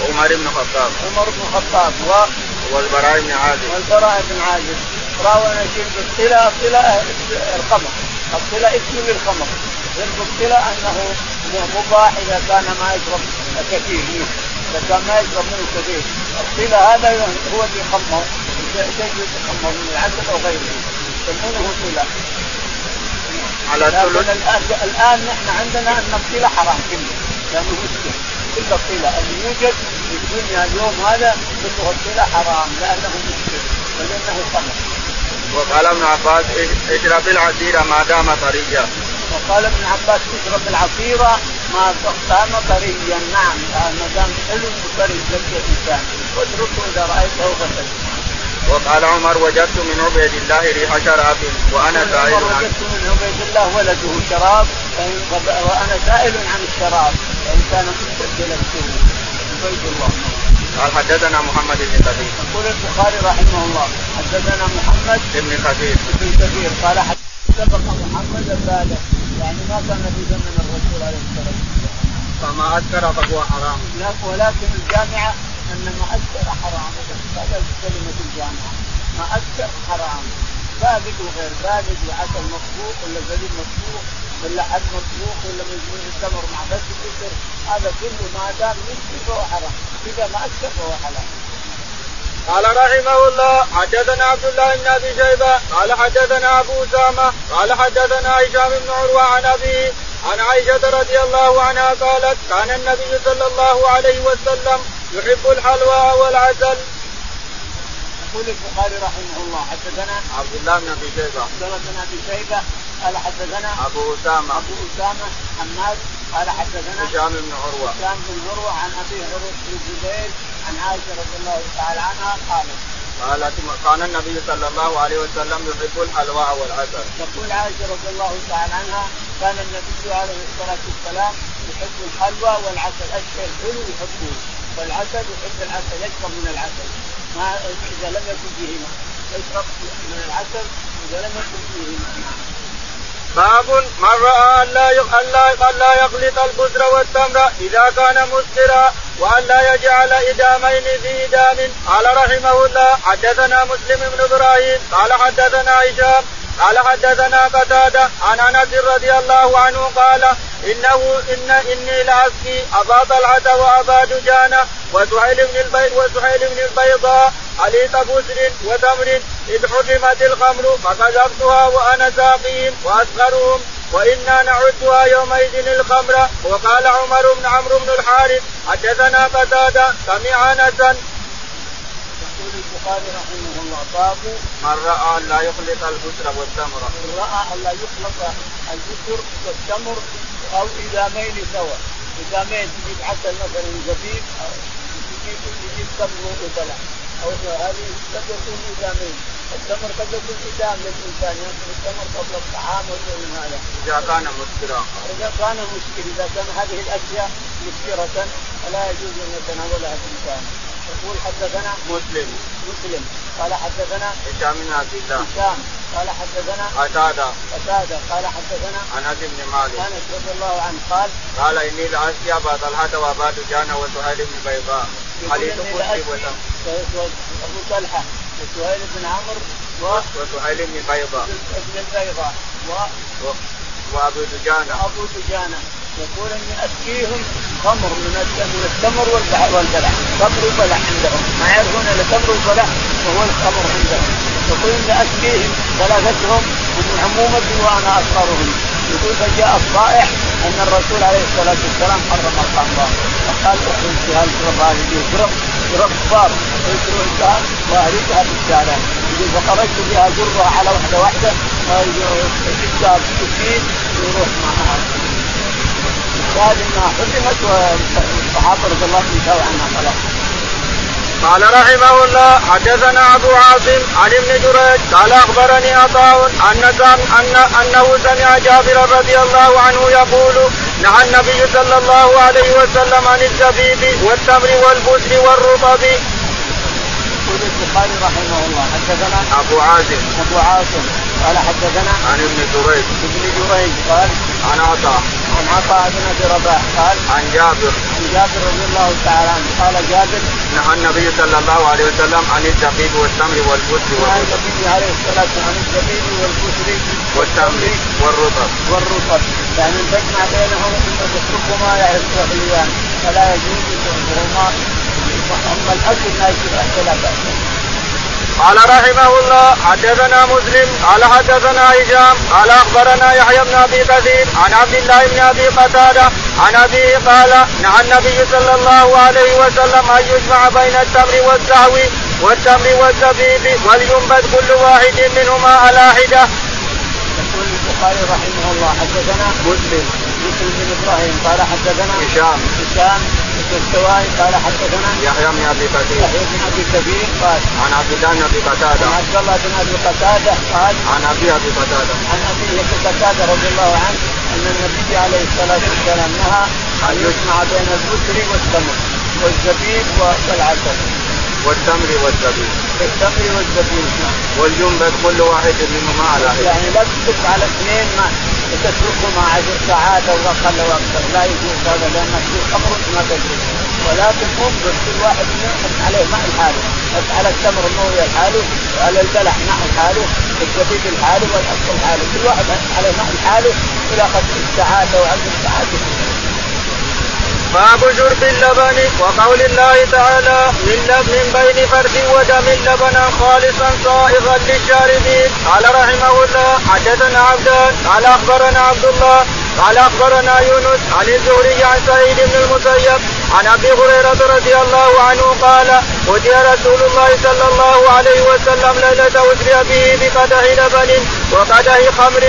عمر بن الخطاب عمر بن الخطاب و والبراء بن عازب والبراء بن عازب راوا نشيد بالطلا. الطلا الخمر، الطلا اسم للخمر. الطلا انه مباح اذا كان ما يشرب كثير منه، اذا كان ما يشرب منه كثير. الطلا هذا هو اللي يخمر، شيء يخمر من العسل او غيره يسمونه طلا. على لكن الان الان نحن عندنا ان الطلا حرام كله، لانه مسلم كل الطلا اللي يوجد في الدنيا اليوم هذا كله الطلا حرام لانه مسلم ولانه خمر. وقال ابن عباس اشرب العصير ما دام طريا. وقال ابن عباس اشرب العصير ما دام طريا. نعم ما دام حلو وطري زي الانسان واتركه اذا رايته غسل. وقال عمر وجدت من عبيد الله ريح شراب وانا سائل عن وجدت من عبيد الله ولده شراب وانا سائل عن الشراب وان كان مستقبل السوء. عبيد الله. قال حدثنا محمد بن كثير. يقول البخاري رحمه الله حدثنا محمد بن كثير بن كثير قال سبق محمد البالغ، يعني ما كان في زمن الرسول عليه الصلاه والسلام. فما أسكر فهو حرام. ولكن الجامعه ان ما أسكر حرام. هذا كلمه الجامعه ما أسكر حرام. بارد وغير بارد وعسل مطبوخ ولا زبيب مطبوخ ولا حد مطبوخ ولا مجنون التمر مع بس الكسر، هذا كله ما دام يسكر فهو حرام. إذا ما أسكر فهو حلال. قال رحمه الله حدثنا عبد الله بن ابي شيبه قال حدثنا ابو اسامه قال حدثنا هشام بن عروه عن ابيه عن عائشه رضي الله عنها قالت كان النبي صلى الله عليه وسلم يحب الحلوى والعسل. يقول البخاري رحمه الله حدثنا عبد الله بن ابي شيبه عبد الله بن ابي شيبه قال حدثنا ابو اسامه ابو اسامه حماد قال حدثنا هشام بن عروه هشام بن عروه عن ابي عروه بن الزبير عن عائشه رضي الله تعالى عنها قالت قالت كان النبي صلى الله عليه وسلم يحب الحلوى والعسل. تقول عائشه رضي الله تعالى عنها كان النبي عليه الصلاه والسلام يحب الحلوى والعسل، الشيء الحلو يحبه والعسل يحب العسل، يشرب من العسل ما اذا لم يكن فيه ماء، يشرب من العسل اذا لم يكن فيه ماء. باب من راى ان لا ان لا يخلط البزر والتمر اذا كان مسكرا وان لا يجعل ادامين في ادام. قال رحمه الله حدثنا مسلم بن ابراهيم قال حدثنا هشام قال حدثنا قتادة عن انس رضي الله عنه قال انه ان اني لاسقي ابا طلحة وابا دجانة وسهيل بن البيض وسهيل بن البيضاء عليط بسر وتمر اذ حرمت الخمر فكذبتها وانا ساقيهم واصغرهم وانا نعدها يومئذ الخمر. وقال عمر بن عمرو بن الحارث حدثنا قتادة سمع انسا. يقول البخاري رحمه الله باب من راى ان لا يخلط البسر والتمر. من راى ان لا يخلط البسر والتمر او ادامين سوا. ادامين تجيب عسل مثلا زبيب تجيب تجيب تمر وبلح او هذه قد يكون ادامين. التمر قد يكون ادام للانسان ياكل التمر قبل الطعام وشيء من هذا اذا كان مسكرا. اذا كان مسكر اذا كان هذه الاشياء مسكرة فلا يجوز ان يتناولها الانسان. يقول حدثنا مسلم مسلم قال حدثنا هشام بن عبد الله هشام قال حدثنا قتادة قتادة قال حدثنا انس بن مالك انس رضي الله عنه قال قال اني لاسقي ابا طلحة وابا دجانة وسهيل بن البيضاء حليط بسر وتمر. ابو طلحة وسهيل بن عمرو وسهيل بن البيضاء ابن البيضاء و... وابو دجانة ابو دجانة يقول اني اسقيهم خمر من من التمر والبلح. تمر وبلح عندهم ما يعرفون الا تمر وبلح وهو الخمر عندهم. يقول اني اسقيهم ثلاثتهم ومن عمومتي وانا اصغرهم. يقول فجاء الصائح ان الرسول عليه الصلاه والسلام حرم الخمر فقال اخرج بها الشرب يشرب شرب صار ويشرب الشهر واهلكها في الشارع. يقول فخرجت بها جرها على واحده واحده وجبتها بالسكين ويروح معها. قال انها حرمت والصحابه رضي الله عنهم عنها. قال رحمه الله حدثنا ابو عاصم عن ابن جريج قال اخبرني عطاء ان ان انه سمع جابر رضي الله عنه يقول نهى النبي صلى الله عليه وسلم عن الزبيب والتمر والبسر والرطب. يقول البخاري رحمه الله حدثنا ابو عاصم ابو عاصم قال حدثنا عن ابن جريج ابن جريج قال عن عطاء عن عطاء بن ابي رباح قال عن جابر عن جابر رضي الله تعالى عنه قال جابر نهى النبي صلى الله عليه وسلم عن الزبيب والتمر والبسر نهى النبي عليه الصلاه والسلام عن الزبيب والبسر والتمر والرطب والرطب يعني تجمع بينهم تتركهما يستغليان فلا يجوز تتركهما. اما الاكل ما يجوز فلا باس. قال رحمه الله حدثنا مسلم قال حدثنا هشام قال اخبرنا يحيى بن ابي كثير عن عبد الله بن ابي قتاده عن ابيه قال نهى النبي صلى الله عليه وسلم ان يجمع بين التمر والسهو والتمر والزبيب ولينبت كل واحد منهما على حده. يقول البخاري رحمه الله حدثنا مسلم مسلم بن ابراهيم قال حدثنا هشام هشام السوائي قال حدثنا يحيى بن ابي كثير يحيى بن ابي كثير قال عن عبد الله بن ابي قتاده عن عبد الله بن ابي قتاده قال عن ابي ابي قتاده عن ابي ابي قتاده رضي الله عنه ان النبي عليه الصلاه والسلام نهى ان يجمع بين البسر والتمر والزبيب والعسل والتمر والزبيب التمر والزبيب والجنبت كل واحد منهما على حده. يعني لا تترك على اثنين ما تتركهما عشر ساعات او اقل واكثر لا يجوز هذا لان في خمر ما تجوز. ولكن انظر كل واحد يحط عليه ماء الحاله حط على التمر المويه الحاله وعلى البلح ماء الحاله والزبيب الحاله والعسل الحاله كل واحد يحط عليه ماء الحاله الى خمس ساعات او عشر ساعات. باب شرب اللبن وقول الله تعالى من بين فرث ودم لبنا خالصا صائغا للشاربين. قال رحمه الله حدثنا عبدان قال اخبرنا عبد الله قال اخبرنا يونس عن الزهري عن سعيد بن المسيب عن ابي هريره رضي الله عنه قال اتي رسول الله صلى الله عليه وسلم ليله اسري به بقدح لبن وقدح خمر.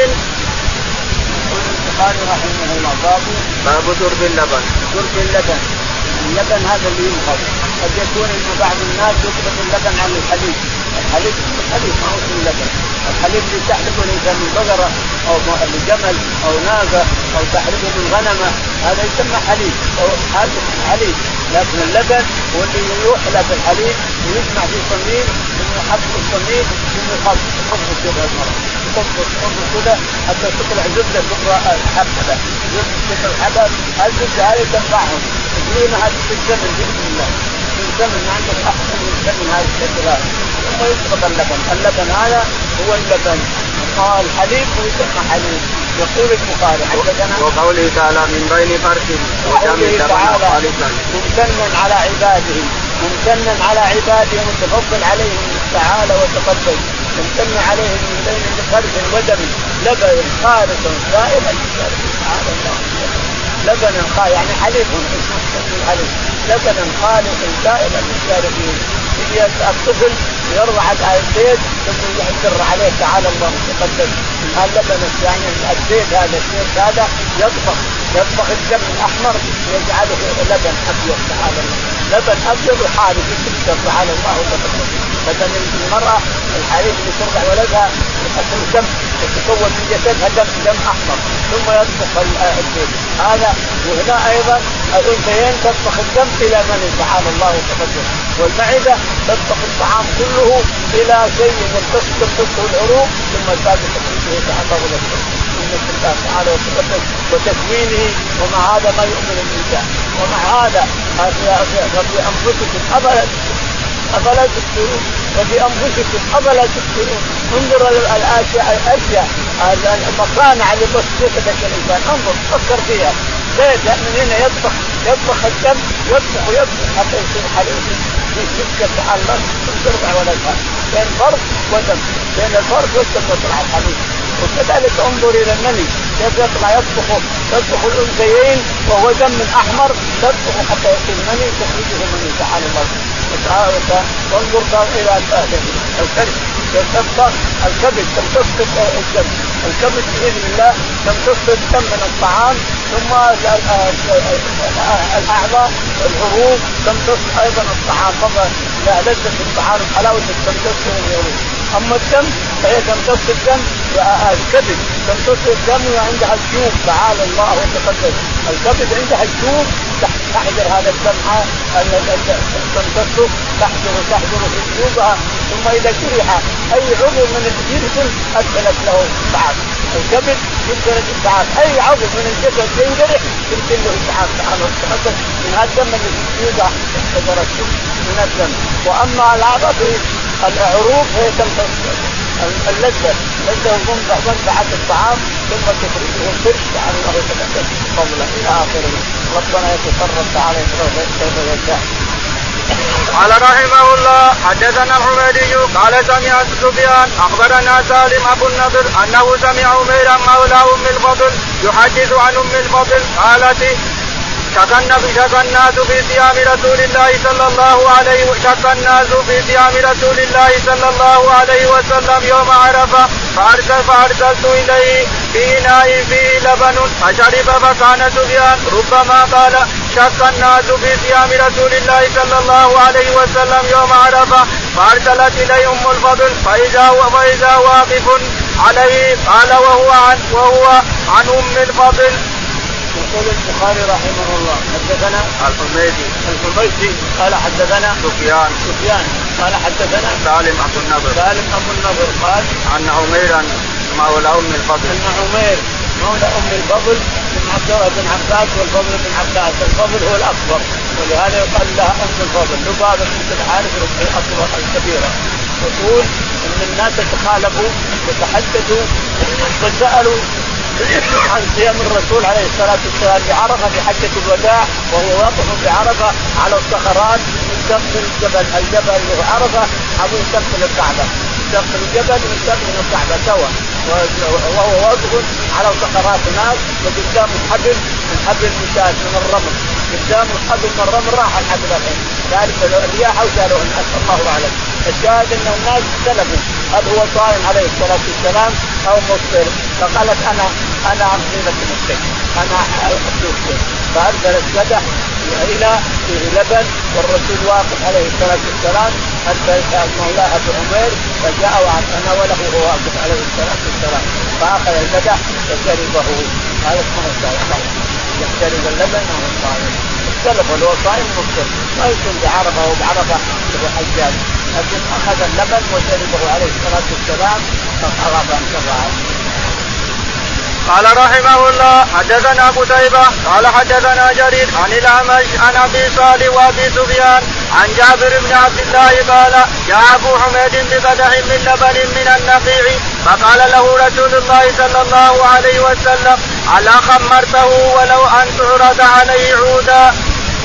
قال رحمه الله باب باب شرب اللبن شرب اللبن. اللبن هذا اللي ينخب قد يكون ان بعض الناس يطلق اللبن عن الحليب. الحليب الحليب ما هو اللبن. الحليب اللي تحلبه الانسان من بقره او من جمل او ناقه او تحلبه من غنمه هذا يسمى حليب او حليب. لكن اللبن هو اللي يحلب الحليب ويجمع في صميم ثم يحط الصميم ثم يخف يخف كذا المرأة يخف يخف كذا حتى تطلع زبده كبرى حبه زبده الحبه. الزبده هذه تنفعهم يقولونها في الزمن باذن الله في الزمن عندك احسن من الزمن هذه الشكلات ثم يطلق اللبن. اللبن هذا هو اللبن قال الحليب ويسمى حليب. يقول البخاري حدثنا وقوله تعالى من بين فرث ودم لبنا خالصا ممتنا على عباده ممتنا على عباده متفضل عليهم تعالى وتقدس ممتن عليهم من بين فرث ودم لبن خالصا سائغا سبحان الله لبنا خالصا يعني حليب حليب لبنا خالصا سائغا للشاربين. يجي الطفل يرضع على البيت ثم يحجر عليه تعالى الله تقدس اللبن يعني الزيت هذا الزيت هذا يطبخ يطبخ الدم الاحمر يجعله لبن ابيض تعالى الله لبن ابيض وحالف يكسر تعالى الله تقدس. مثلا المراه الحليب اللي ترضع ولدها يحصل دم يتكون من جسدها دم دم احمر ثم يطبخ الزيت هذا. وهنا ايضا الانثيين تطبخ الدم الى من تعالى الله تقدس. والمعده تطبخ الطعام كله الى شيء يمتص تمتصه العروق ثم تاتي تمتصه تعالى الله تعالى وتقدس وتكوينه. ومع هذا ما يؤمن الانسان ومع هذا وفي انفسكم افلا افلا تبصرون وفي انفسكم افلا تبصرون. انظر الاشياء الاشياء المصانع اللي تصدق الانسان انظر فكر فيها ليه؟ لأن هنا يطبخ يطبخ الدم يطبخ ويطبخ حتى يصير حليب يذكر الله ترضع ولدها بين فرد ودم بين الفرد والدم يطلع الحليب. وكذلك انظر إلى المني كيف يطلع يطبخ يطبخ الأنثيين وهو دم أحمر تطبخ حتى يصير مني تخرجه مني تعالى الله تعالى. وانظر إلى الكبد يطبخ الكبد تمتص الدم الكبد بإذن الله تمتص الدم من الطعام ثم الأعضاء العروق تمتص أيضا الطعام طبعا لا لذة الطعام حلاوة تمتص العروق. أما الدم فهي تمتص الدم الكبد تمتص الدم وعندها الجيوب تعالى الله وتقدس الكبد عندها الشوك تحضر هذا الدم تمتصه تحضر تحضر في جيوبها ثم إذا جرح أي عضو من الجسم أدخلت له إسعاف. الكبد يدخل إسعاف أي عضو من الجسم ينجرح يدخل له إسعاف تعالى من هذا الدم اللي يوضع تدرسه من الدم. وأما العضو العروق هي تمتص اللذة لذة منفعة الطعام ثم تخرجه الفرش عن الله تبارك قبله إلى آخره. ربنا يتصرف تعالى كيف يشاء. قال رحمه الله حدثنا الحميدي قال سمعت سفيان اخبرنا سالم ابو النضر انه سمع عميرا مولى ام الفضل يحدث عن ام الفضل قالت شك الناس في صيام رسول الله صلى الله عليه شك الناس في صيام رسول الله صلى الله عليه وسلم يوم عرفه فارسل فارسلت اليه في اناء فيه لبن فشرب فكان سفيان ربما قال شك الناس في صيام رسول الله صلى الله عليه وسلم يوم عرفه فارسلت اليه ام الفضل فاذا فاذا واقف عليه قال وهو عن وهو عن ام الفضل. يقول البخاري رحمه الله حدثنا الحميدي الحميدي قال حدثنا سفيان سفيان قال حدثنا سالم ابو النضر سالم ابو النضر قال ان عميرا مولى ام الفضل ان عمير مولى ام الفضل بن عبد الله بن عباس والفضل بن عباس الفضل هو الاكبر ولهذا يقال لها ام الفضل لبابه بنت الحارث الاكبر الكبيره. وتقول ان الناس تخالفوا وتحدثوا وسالوا عن صيام الرسول عليه الصلاة والسلام بعرفة في حجة الوداع وهو واقف بعرفة على الصخرات يستقبل الجبل الجبل اللي هو عرفة أو يستقبل الكعبة يستقبل الجبل ويستقبل الكعبة سوا وهو واقف على صخرات هناك وقدامه حبل من حبل المشاة من الرمل قدامه حبل من الرمل راح الحبل الحين ذلك الرياح وشالوا الناس الله أعلم. الشاهد أن الناس اختلفوا هل هو صائم عليه الصلاة والسلام أو مفطر فقالت أنا أنا أمضي المسك أنا أحدث فأرسلت قدح إلى فيه لبن والرسول واقف عليه الصلاة والسلام أرسل مولاه أبو عمير فجاء وتناوله وهو واقف عليه الصلاة والسلام فأخذ القدح فشربه. هذا اسمه الصائم يشترب اللبن وهو صائم. اختلفوا لو صائم مفطر ما يكون بعرفة وبعرفة بحجاج لكن أخذ اللبن وشربه عليه الصلاة والسلام فقرب انقطع. قال رحمه الله حدثنا قتيبة قال حدثنا جرير عن الأعمش عن أبي صالح وأبي سفيان عن جابر بن عبد الله قال جاء أبو حميد بقدح من لبن من النقيع فقال له رسول الله صلى الله عليه وسلم ألا خمرته ولو أن تعرض عليه عودا.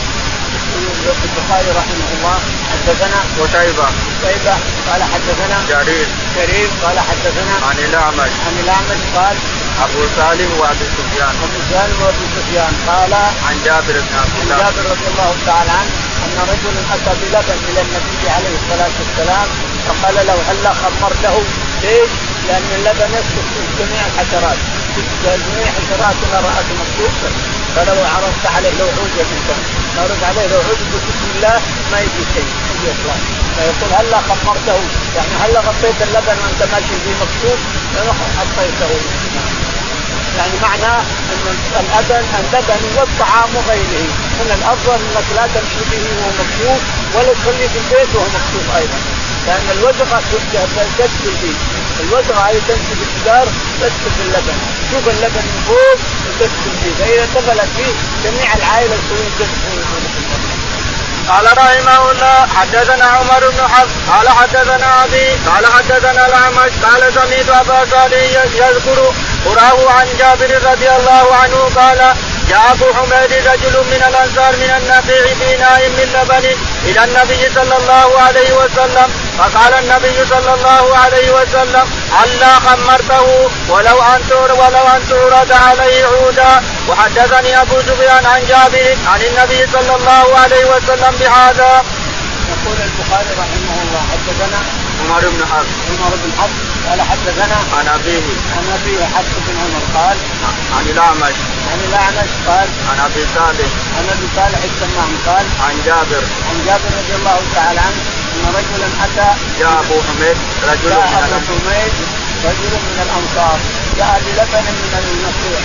البخاري رحمه الله حدثنا قتيبة قتيبة قال حدثنا جرير جرير قال حدثنا عن الأعمش عن الأعمش قال أبو سالم وأبي سفيان أبو سالم وأبي سفيان قال عن جابر بن عبد الله عن جابر رضي الله تعالى عنه أن رجلا أتى بلبن إلى النبي عليه الصلاة والسلام فقال له هلا خمرته ليش؟ لأن اللبن يسقط في جميع الحشرات جميع الحشرات إلى رأس مكتوبة فلو عرضت عليه لو عود الإنسان لو رد عليه لو عود بسم الله ما يجي شيء يجي إطلاق. فيقول هلا خمرته يعني هلا غطيت اللبن وأنت ماشي فيه مكتوب حطيته يعني معناه أن اللبن اللبن والطعام وغيره من الأفضل أنك لا تمشي به وهو مكتوب ولا تخليه في البيت وهو مكتوب أيضا لأن الوزغة تدخل فيه الوزغة هي تمشي بالجدار تدخل في اللبن شوف اللبن من فوق وتدخل فيه فإذا دخلت فيه جميع العائلة تكون تدخل فيه. قال رحمه الله حدثنا عمر بن حفص قال حدثنا أبي قال حدثنا الأعمش قال سمعت أبا صالح يذكر قراه عن جابر رضي الله عنه قال جاء أبو حميد رجل من الأنصار من النقيع في ناء من لبن إلى النبي صلى الله عليه وسلم فقال النبي صلى الله عليه وسلم ألا خمرته ولو أن ولو أن تعرض عليه عودا. وحدثني أبو سفيان عن جابر عن النبي صلى الله عليه وسلم بهذا. يقول البخاري رحمه الله حدثنا عمر بن حفص عمر بن حفص قال حدثنا عن أبيه عن أبيه حفص بن عمر قال عن الأعمش عن الأعمش قال عن أبي صالح عن أبي صالح السمان قال عن جابر عن جابر رضي الله تعالى عنه أن رجلا أتى جاء أبو حميد رجل جاء أبو حميد رجل من الأنصار جاء بلبن من النقيع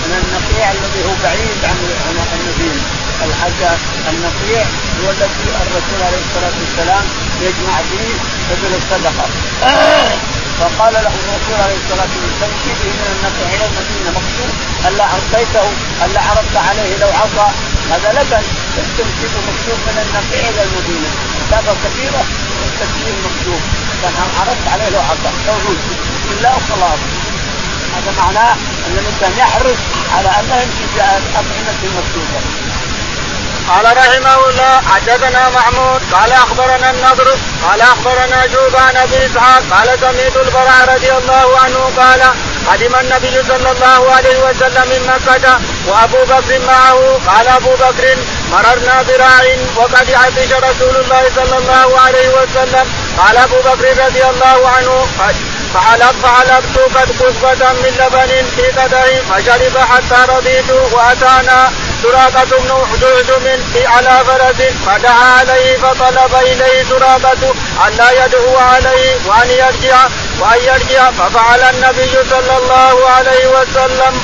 من النقيع الذي هو بعيد عن المدينة. الحاجة النقيع هو الذي الرسول عليه الصلاة والسلام يجمع فيه سبيل الصدقة. فقال له الرسول عليه الصلاة والسلام تمشي من النقيع إلى المدينة مكتوب ألا أعطيته ألا عرضت عليه لو عصى هذا لك تمشي مكتوب من النقيع إلى المدينة مسافة كبيرة والتمشي مكتوب كان عرضت عليه لو عصى لو رجل بالله وخلاص. هذا معناه أن الإنسان يحرص على أن لا يمشي في الأطعمة المكتوبة. قال رحمه الله حدثنا محمود قال أخبرنا النضر قال أخبرنا شوبان أبي إسحاق قال سمعت البراء رضي الله عنه قال قدم النبي صلى الله عليه وسلم من مكة وأبو بكر معه قال أبو بكر مررنا براع وقد عطش رسول الله صلى الله عليه وسلم قال أبو بكر رضي الله عنه فعلق فعلقت قد قصبة من لبن في قدح فشرب حتى رضيت وأتانا سراقة بن جعجم على فرس فدعا عليه فطلب إليه سراقة أن لا يدعو عليه وأن يرجع وأن يرجع ففعل النبي صلى الله عليه وسلم.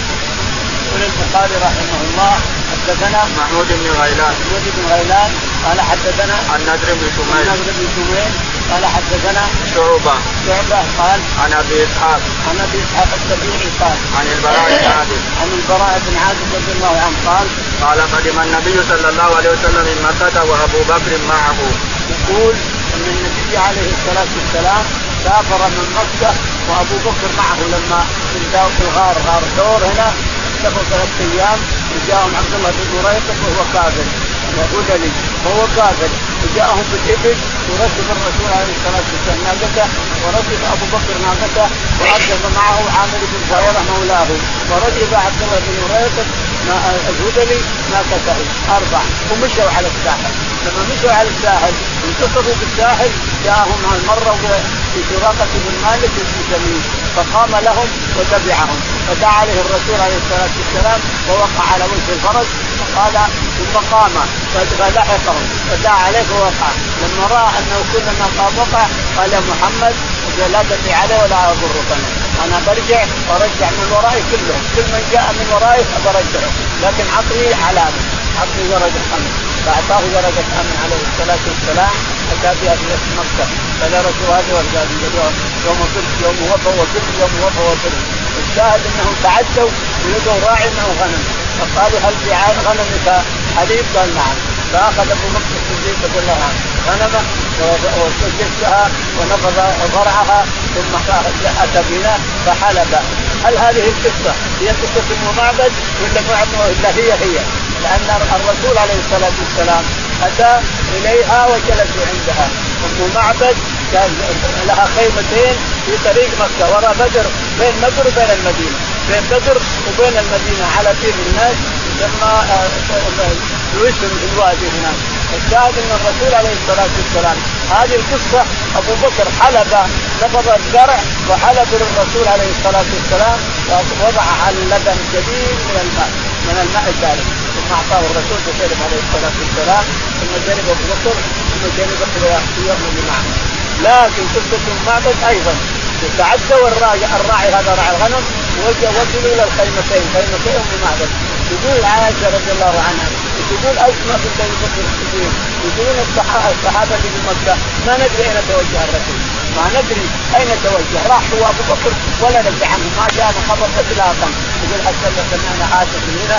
يقول البخاري رحمه الله حدثنا محمود بن غيلان محمود بن غيلان قال حدثنا النضر بن شميل النضر بن شميل قال حدثنا شعبة شعبة قال عن أبي إسحاق عن أبي إسحاق السبيعي قال عن البراء بن عازب عن البراء بن عازب رضي الله عنه قال قال قدم النبي صلى الله عليه وسلم من مكة وأبو بكر معه. يقول أن النبي عليه الصلاة والسلام سافر من مكة وأبو بكر معه لما جاءوا في الغار غار ثور هنا سافروا ثلاثة أيام وجاءهم عبد الله بن مريقط وهو كافر وهدلي وهو كافر وجاءهم بالإبل وركب الرسول عليه الصلاة والسلام ناقته وركب أبو بكر ناقته وركب معه عامر بن فهيرة مولاه وركب عبد الله بن مريقط الهدلي ناقته أربع ومشوا على الساحل. لما مشوا على الساحل انتصروا بالساحل جاءهم المرة في سراقة بن مالك الجميل فقام لهم وتبعهم فدعا عليه الرسول عليه الصلاة والسلام ووقع على وجه الفرس فقال ثم قام فلحقهم فدعا عليه فوقع. لما رأى أنه كلما قام وقع قال يا محمد لا تدعي عليه ولا أضرك أنا برجع ورجع من ورائي كلهم كل من جاء من ورائي برجعه لكن عطني علامة عطني ورقة أمن فأعطاه ورقة أمن عليه الصلاة والسلام أتى بها في مكة فلا رسول هذه ورقة يوم فرد يوم وفى وفرد يوم وفى وفرد. الشاهد أنهم تعدوا ويدوا راعي معه غنم فقالوا هل في عين غنمك حليب؟ قال نعم. فأخذ أبو بكر الصديق كلها غنمه وسجدتها ونفض ضرعها ثم أتى بنا فحلب. هل هذه القصة هي قصة أم معبد ولا هي هي؟ لأن الرسول عليه الصلاة والسلام أتى إليها وجلسوا عندها. أم معبد كان لها خيمتين في طريق مكة وراء بدر بين بدر وبين المدينة بين بدر وبين المدينة على بير الناس لما يوسم في الوادي هناك. الشاهد أن الرسول عليه الصلاة والسلام هذه القصة أبو بكر حلب نفض الزرع وحلب للرسول عليه الصلاة والسلام ووضع على اللبن جديد من الماء من الماء البارد ثم أعطاه الرسول بشرب عليه الصلاة والسلام ثم شرب أبو بكر ثم شرب يوم معه. لكن قصة معبد أيضا تعدوا الراعي هذا راعي الغنم ووصلوا إلى الخيمتين خيمتين أم معبد. يقول عائشة رضي الله عنها يقول أسمع في أبي بكر الصديق يقولون الصحابة في مكة ما ندري أين توجه الرسول ما ندري أين توجه راح هو أبو بكر ولا ندري عنه ما جاء خبر إطلاقا. يقول حتى سمعنا عائشة هنا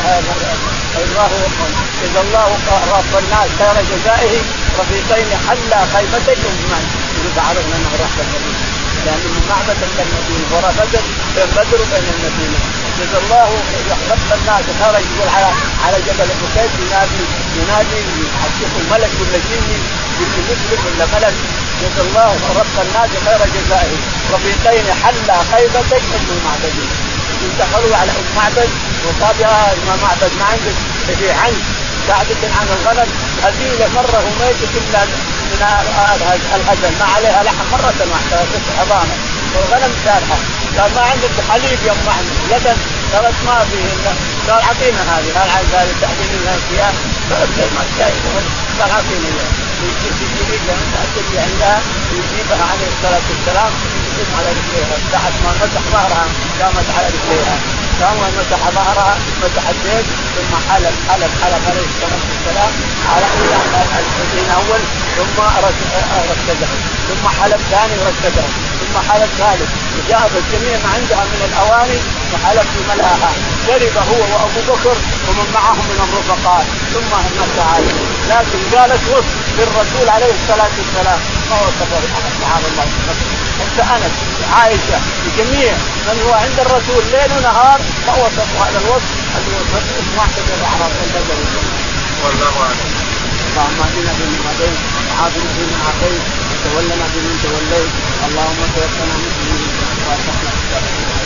الله إذا الله رب الناس خير جزائه رفيقين حلى خيمتين من يقول عرفنا أنه راح النبي لأن المعبد عند المدينة وراء بدر بين بدر وبين المدينة. جزا الله رب الناس خرج يقول على على جبل البكيت ينادي ينادي يحقق الملك ولا جني يقول مسلم ولا ملك. جزا الله رب الناس خير جزائه رفيقين حلى خيمتين من المعبدين. دخلوا على أم معبد وقال يا ما معبد ما عندك في عن ساعدة عن الغنم هذه مرة وميتة إلا من الغزل ما عليها لحم مرة واحدة عظامة والغنم سارحة. قال ما عندك حليب يوم ما عندك لبن قالت ما فيه. قال عطينا هذه هل عايز هذه تأكلين الأشياء قال عطينا يجيب لها تأكل عندها يجيبها عليه الصلاة والسلام يجيب على رجليها ساعة ما مسح ظهرها قامت على رجليها قام ومسح ظهرها مسح اليد ثم حلب حلب حلب عليه الصلاه والسلام على الحين اول ثم ركزها ثم حلب ثاني وركزها ثم حلب ثالث وجاب الجميع ما عندها من الاواني وحلب في ملهاها شرب هو وابو بكر ومن معهم من الرفقاء ثم مسح عليه. لكن قالت وصف للرسول عليه الصلاه والسلام ما وصفه سبحان الله حتى انس عائشه بجميع من هو عند الرسول ليل ونهار ما وصفوا هذا الوصف الذي وصفه واحد الاعراب البدوي. والله اعلم. اللهم اهدنا فيمن هديت وعافنا فيمن عافيت وتولنا فيمن توليت اللهم توفنا مسلمين وألحقنا بالصالحين.